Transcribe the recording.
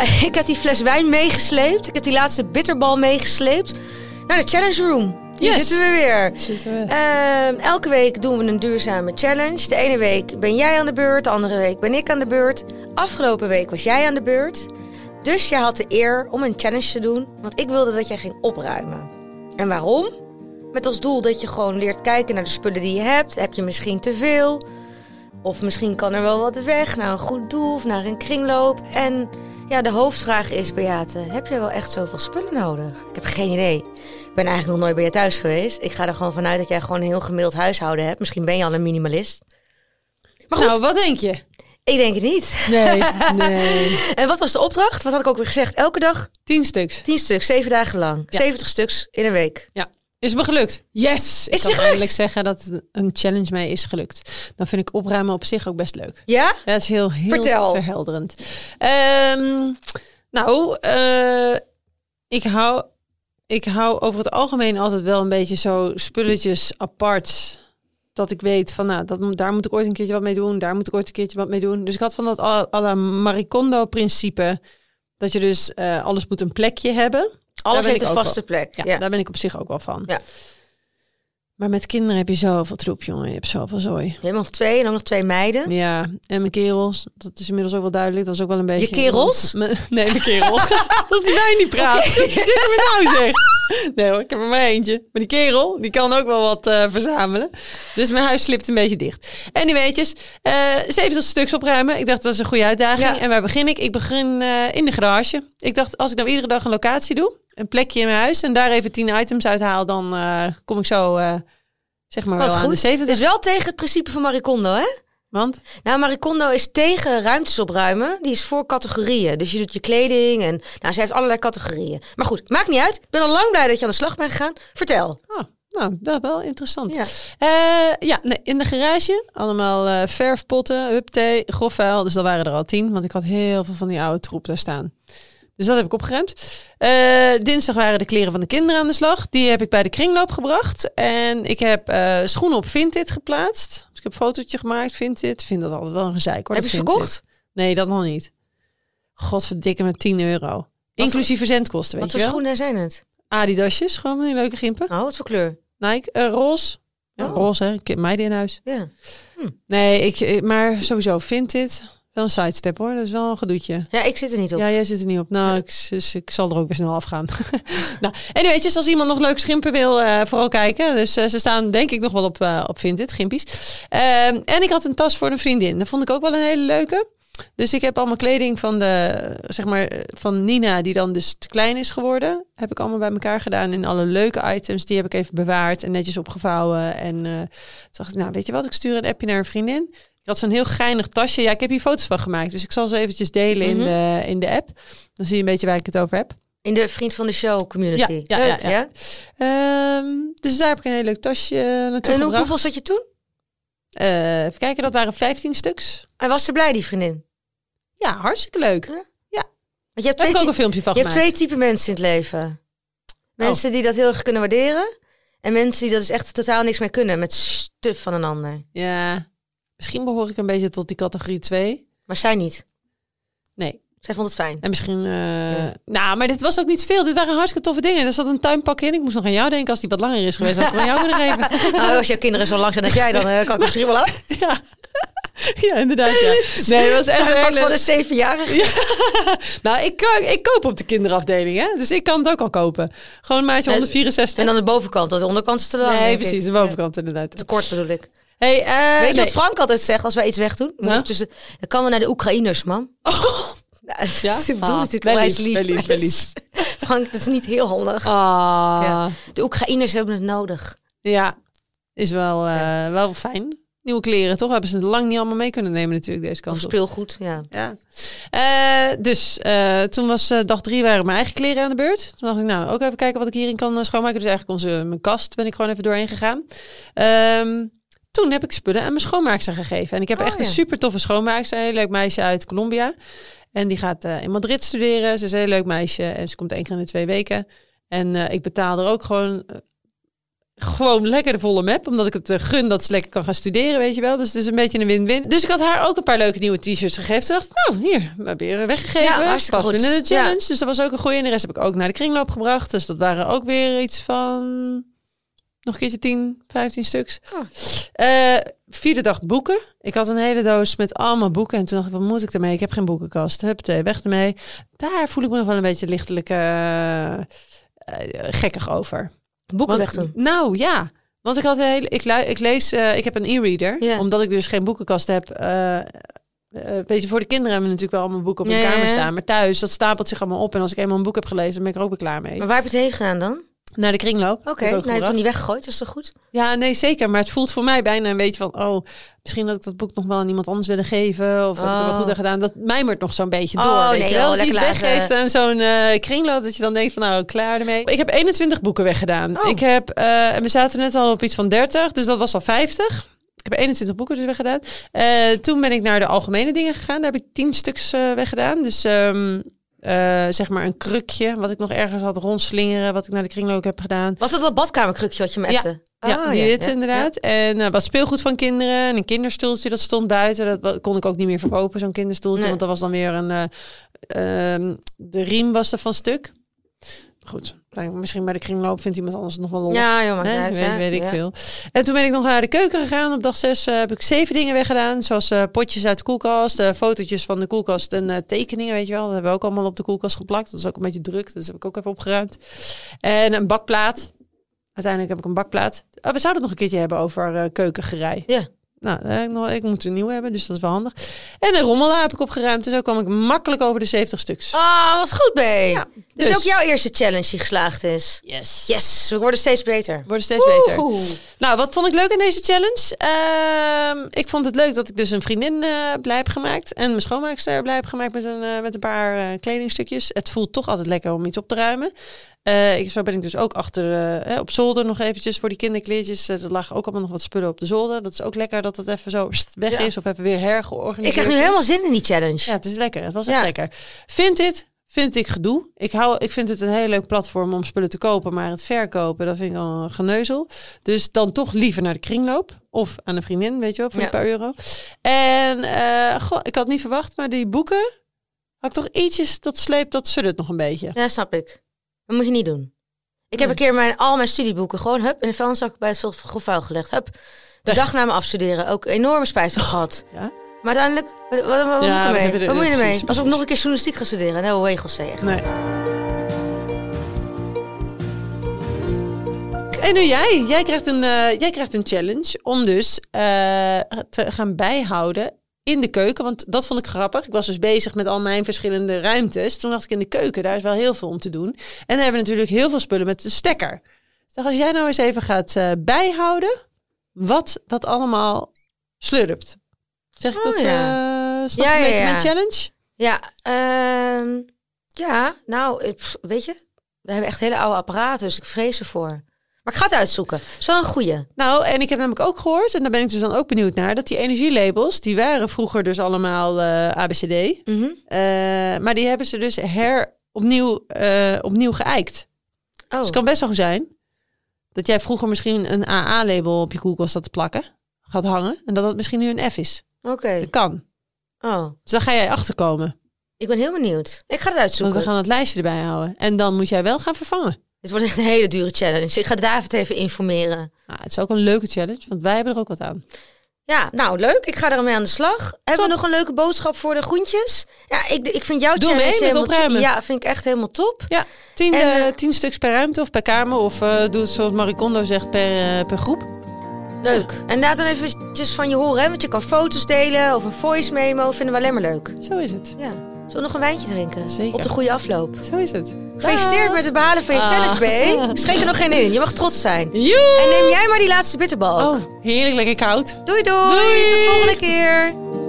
Ik heb die fles wijn meegesleept. Ik heb die laatste bitterbal meegesleept. Naar de challenge room. Hier zitten we weer. Elke week doen we een duurzame challenge. De ene week ben jij aan de beurt. De andere week ben ik aan de beurt. Afgelopen week was jij aan de beurt. Dus jij had de eer om een challenge te doen. Want ik wilde dat jij ging opruimen. En waarom? Met als doel dat je gewoon leert kijken naar de spullen die je hebt. Heb je misschien te veel? Of misschien kan er wel wat weg naar een goed doel of naar een kringloop. En ja, de hoofdvraag is, Beate, heb je wel echt zoveel spullen nodig? Ik heb geen idee. Ik ben eigenlijk nog nooit bij je thuis geweest. Ik ga er gewoon vanuit dat jij gewoon een heel gemiddeld huishouden hebt. Misschien ben je al een minimalist. Maar goed, nou, wat denk je? Ik denk het niet. Nee. En wat was de opdracht? Wat had ik ook weer gezegd? Elke dag? 10 stuks. 10 stuks, 7 dagen lang. Ja. 70 stuks in een week. Ja. Is me gelukt? Yes! Ik kan eigenlijk zeggen dat een challenge mij is gelukt. Dan vind ik opruimen op zich ook best leuk. Ja? Ja, het is heel verhelderend. Ik hou over het algemeen altijd wel een beetje zo spulletjes apart. Dat ik weet van, nou, daar moet ik ooit een keertje wat mee doen. Daar moet ik ooit een keertje wat mee doen. Dus ik had van dat à la Marie Kondo-principe. Dat je dus alles moet een plekje hebben. Alles heeft een vaste plek. Ja, daar ben ik op zich ook wel van. Ja. Maar met kinderen heb je zoveel troep, jongen. Je hebt zoveel zooi. Je hebt nog 2 en ook nog 2 meiden. Ja, en mijn kerels. Dat is inmiddels ook wel duidelijk. Dat is ook wel een beetje... Je kerels? Nee, mijn kerel. Als die wij niet praat. Okay. Dit hebben we nou zeg. Nee hoor, ik heb er maar eentje. Maar die kerel, die kan ook wel wat verzamelen. Dus mijn huis slipt een beetje dicht. Anyways, 70 stuks opruimen. Ik dacht, dat is een goede uitdaging. Ja. En waar begin ik? Ik begin in de garage. Ik dacht, als ik nou iedere dag een locatie doe, een plekje in mijn huis en daar even 10 items uithaal, dan kom ik zo zeg maar wat wel goed. Aan de 70. Het is wel tegen het principe van Marie Kondo, hè? Want? Nou, Marie Kondo is tegen ruimtes opruimen. Die is voor categorieën. Dus je doet je kleding en ze heeft allerlei categorieën. Maar goed, maakt niet uit. Ik ben al lang blij dat je aan de slag bent gegaan. Vertel. Oh, nou, wel interessant. Ja. In de garage allemaal verfpotten, hupthee, grofvuil. Dus dat waren er al 10, want ik had heel veel van die oude troep daar staan. Dus dat heb ik opgeruimd. Dinsdag waren de kleren van de kinderen aan de slag. Die heb ik bij de kringloop gebracht. En ik heb schoenen op Vinted geplaatst. Dus ik heb een fotootje gemaakt, Vinted. Ik vind dat altijd wel een gezeik, hoor. Heb je ze verkocht? Nee, dat nog niet. Godverdikke met €10. Inclusief verzendkosten, weet je wel. Wat voor schoenen zijn het? Adidasjes, gewoon die leuke gimpen. Oh, wat voor kleur? Nike, roze. Ja, roze, hè. Ik heb meiden in huis. Ja. Nee, maar sowieso Vinted... Wel een sidestep hoor, dat is wel een gedoetje. Ja, ik zit er niet op. Ja, jij zit er niet op. Nou, ik zal er ook weer snel afgaan. Nou, anyways, als iemand nog leuk schimpen wil, vooral kijken. Dus ze staan denk ik nog wel op Vinted, gimpies. En ik had een tas voor een vriendin. Dat vond ik ook wel een hele leuke. Dus ik heb allemaal kleding van Nina, die dan dus te klein is geworden. Heb ik allemaal bij elkaar gedaan. En alle leuke items, die heb ik even bewaard en netjes opgevouwen. En toen dacht ik, nou weet je wat, ik stuur een appje naar een vriendin. Ik had zo'n heel geinig tasje. Ja, ik heb hier foto's van gemadaar. Dus ik zal ze eventjes delen in de app. Dan zie je een beetje waar ik het over heb. In de Vriend van de Show community. Ja, leuk, ja. Dus daar heb ik een heel leuk tasje naartoe gebracht. Hoeveel zat je toen? Even kijken, dat waren 15 stuks. En was ze blij, die vriendin? Ja, hartstikke leuk. Ja. Want je hebt daar heb ik ook een filmpje van gemaakt. Je hebt 2 typen mensen in het leven. Mensen die dat heel erg kunnen waarderen. En mensen die dat dus echt totaal niks mee kunnen. Met stuf van een ander. Ja. Misschien behoor ik een beetje tot die categorie 2. Maar zij niet? Nee. Zij vond het fijn? En misschien... Nou, maar dit was ook niet veel. Dit waren hartstikke toffe dingen. Er zat een tuinpak in. Ik moest nog aan jou denken. Als die wat langer is geweest, had ik aan jou kunnen geven. Nou, als jouw kinderen zo lang zijn als jij, dan kan ik misschien wel aan. Ja, inderdaad. Ja. Nee, het was echt een hele... voor de 7-jarige. Ja. Nou, ik koop op de kinderafdeling, hè. Dus ik kan het ook al kopen. Gewoon maatje 164. En dan de bovenkant. De onderkant is te lang. Nee, precies. De bovenkant inderdaad. Te kort bedoel ik. Hey, weet je wat Frank altijd zegt als wij iets wegdoen? Dan kan we naar de Oekraïners, man. Ze bedoelt natuurlijk wel lief. Frank, dat is niet heel handig. Ja. De Oekraïners hebben het nodig. Ja, is wel fijn. Nieuwe kleren, toch? Hebben ze het lang niet allemaal mee kunnen nemen natuurlijk deze kant op. Speelgoed, ja. Dus toen was dag 3 waren mijn eigen kleren aan de beurt. Toen dacht ik, nou, ook even kijken wat ik hierin kan schoonmaken. Dus eigenlijk mijn kast ben ik gewoon even doorheen gegaan. Toen heb ik spullen aan mijn schoonmaakster gegeven. En ik heb echt een super toffe schoonmaakster. Een heel leuk meisje uit Colombia. En die gaat in Madrid studeren. Ze is een heel leuk meisje. En ze komt 1 keer in de 2 weken. En ik betaal er ook gewoon gewoon lekker de volle map. Omdat ik het gun dat ze lekker kan gaan studeren, weet je wel. Dus het is een beetje een win-win. Dus ik had haar ook een paar leuke nieuwe t-shirts gegeven. Toen dacht ik, nou, hier, we hebben weer weggegeven. Ja, pas binnen de challenge. Ja. Dus dat was ook een goeie. En de rest heb ik ook naar de kringloop gebracht. Dus dat waren ook weer iets van... nog een keertje 10, 15 stuks. Vierde dag boeken. Ik had een hele doos met allemaal boeken. En toen dacht ik, wat moet ik ermee? Ik heb geen boekenkast. Huppatee, weg ermee. Daar voel ik me nog wel een beetje lichtelijk gekkig over. Boeken weg doen? Nou, ja. Want ik had ik lees... ik heb een e-reader. Yeah. Omdat ik dus geen boekenkast heb... weet je, voor de kinderen hebben we natuurlijk wel allemaal boeken op hun kamer staan. Maar thuis, dat stapelt zich allemaal op. En als ik eenmaal een boek heb gelezen, dan ben ik er ook weer klaar mee. Maar waar heb je het heen gedaan dan? Naar de kringloop. Oké, nou, je hebt het niet weggegooid, is dat goed? Ja, nee, zeker. Maar het voelt voor mij bijna een beetje van... misschien had ik dat boek nog wel aan iemand anders willen geven. Of heb ik er wel goed aan gedaan. Dat mijmert nog zo'n beetje door. Weet je wel? Dat je iets weggeeft aan zo'n kringloop. Dat je dan denkt van, nou, klaar ermee. Ik heb 21 boeken weggedaan. Ik heb, we zaten net al op iets van 30. Dus dat was al 50. Ik heb 21 boeken dus weggedaan. Toen ben ik naar de algemene dingen gegaan. Daar heb ik 10 stuks weggedaan. Dus... zeg maar een krukje, wat ik nog ergens had rondslingeren, wat ik naar de kringloop heb gedaan. Was dat badkamerkrukje wat je me appte? Ja, die witte inderdaad. Ja. En wat speelgoed van kinderen. En een kinderstoeltje, dat stond buiten. Dat kon ik ook niet meer verkopen, zo'n kinderstoeltje. Want dat was dan weer de riem was er van stuk. Goed, misschien bij de kringloop vindt iemand anders nog wel lol. Ja, joh, weet ik veel. En toen ben ik nog naar de keuken gegaan. Op dag 6 heb ik 7 dingen weggedaan. Zoals potjes uit de koelkast, fotootjes van de koelkast en tekeningen, weet je wel. Dat hebben we ook allemaal op de koelkast geplakt. Dat is ook een beetje druk, dus dat heb ik ook even opgeruimd. En een bakplaat. Uiteindelijk heb ik een bakplaat. We zouden het nog een keertje hebben over keukengerei. Ja. Nou, ik moet een nieuwe hebben, dus dat is wel handig. En een rommel heb ik opgeruimd. Dus zo kwam ik makkelijk over de 70 stuks. Wat goed, B. Ja, dus ook jouw eerste challenge die geslaagd is. Yes, we worden steeds beter. Beter. Nou, wat vond ik leuk aan deze challenge? Ik vond het leuk dat ik dus een vriendin blij heb gemaakt. En mijn schoonmaakster blij heb gemaakt met een paar kledingstukjes. Het voelt toch altijd lekker om iets op te ruimen. Zo ben ik dus ook achter op zolder nog eventjes voor die kinderkleedjes. Er lagen ook allemaal nog wat spullen op de zolder. Dat is ook lekker dat het even zo weg is of even weer hergeorganiseerd. Ik krijg nu helemaal zin in die challenge. Ja, het is lekker. Het was echt lekker. Vind ik gedoe. Ik vind het een heel leuk platform om spullen te kopen, maar het verkopen, dat vind ik al een geneuzel. Dus dan toch liever naar de kringloop of aan een vriendin, weet je wel, voor een paar euro. En ik had niet verwacht, maar die boeken had ik toch ietsjes dat suddert nog een beetje. Ja, snap ik. Dat moet je niet doen. Ik heb een keer al mijn studieboeken gewoon in de vuilniszak bij het vuil gelegd. De dag na mijn afstuderen ook enorme spijt van gehad. Ja? Maar uiteindelijk, wat moet je ermee? Als ik nog een keer journalistiek ga studeren, nou, Wegels echt. Nee. En nu jij krijgt een challenge om dus te gaan bijhouden in de keuken. Want dat vond ik grappig. Ik was dus bezig met al mijn verschillende ruimtes. Toen dacht ik in de keuken, daar is wel heel veel om te doen. En dan hebben we natuurlijk heel veel spullen met de stekker. Dus als jij nou eens even gaat bijhouden wat dat allemaal slurpt. Zeg ik dat? Snap je een beetje mijn challenge? Ja, nou, weet je, we hebben echt hele oude apparaten, dus ik vrees ervoor. Maar ik ga het uitzoeken. Dat is wel een goeie. Nou, en ik heb namelijk ook gehoord, en daar ben ik dus dan ook benieuwd naar, dat die energielabels, die waren vroeger dus allemaal ABCD. Mm-hmm. Maar die hebben ze dus opnieuw geëikt. Dus het kan best wel zijn dat jij vroeger misschien een AA-label op je koelkast had te plakken, gaat hangen, en dat dat misschien nu een F is. Oké. Dat kan. Dus dan ga jij achterkomen. Ik ben heel benieuwd. Ik ga het uitzoeken. Want we gaan het lijstje erbij houden. En dan moet jij wel gaan vervangen. Dit wordt echt een hele dure challenge. Ik ga David even informeren. Het is ook een leuke challenge, want wij hebben er ook wat aan. Ja, nou leuk. Ik ga ermee aan de slag. Hebben we nog een leuke boodschap voor de groentjes? Ja, ik vind jouw challenge mee met opruimen. Ja, vind ik echt helemaal top. Ja, 10 stuks per ruimte of per kamer. Of doe het zoals Marie Kondo zegt per groep. Leuk. En laat dan eventjes van je horen, hè? Want je kan foto's delen of een voice memo. Vinden we alleen maar leuk. Zo is het. Ja. Zullen we nog een wijntje drinken? Zeker. Op de goede afloop. Zo is het. Gefeliciteerd met het behalen van je challenge, B. Schenk er nog geen in. Je mag trots zijn. Joe! En neem jij maar die laatste bitterbal ook. Heerlijk, lekker koud. Doei. Tot de volgende keer.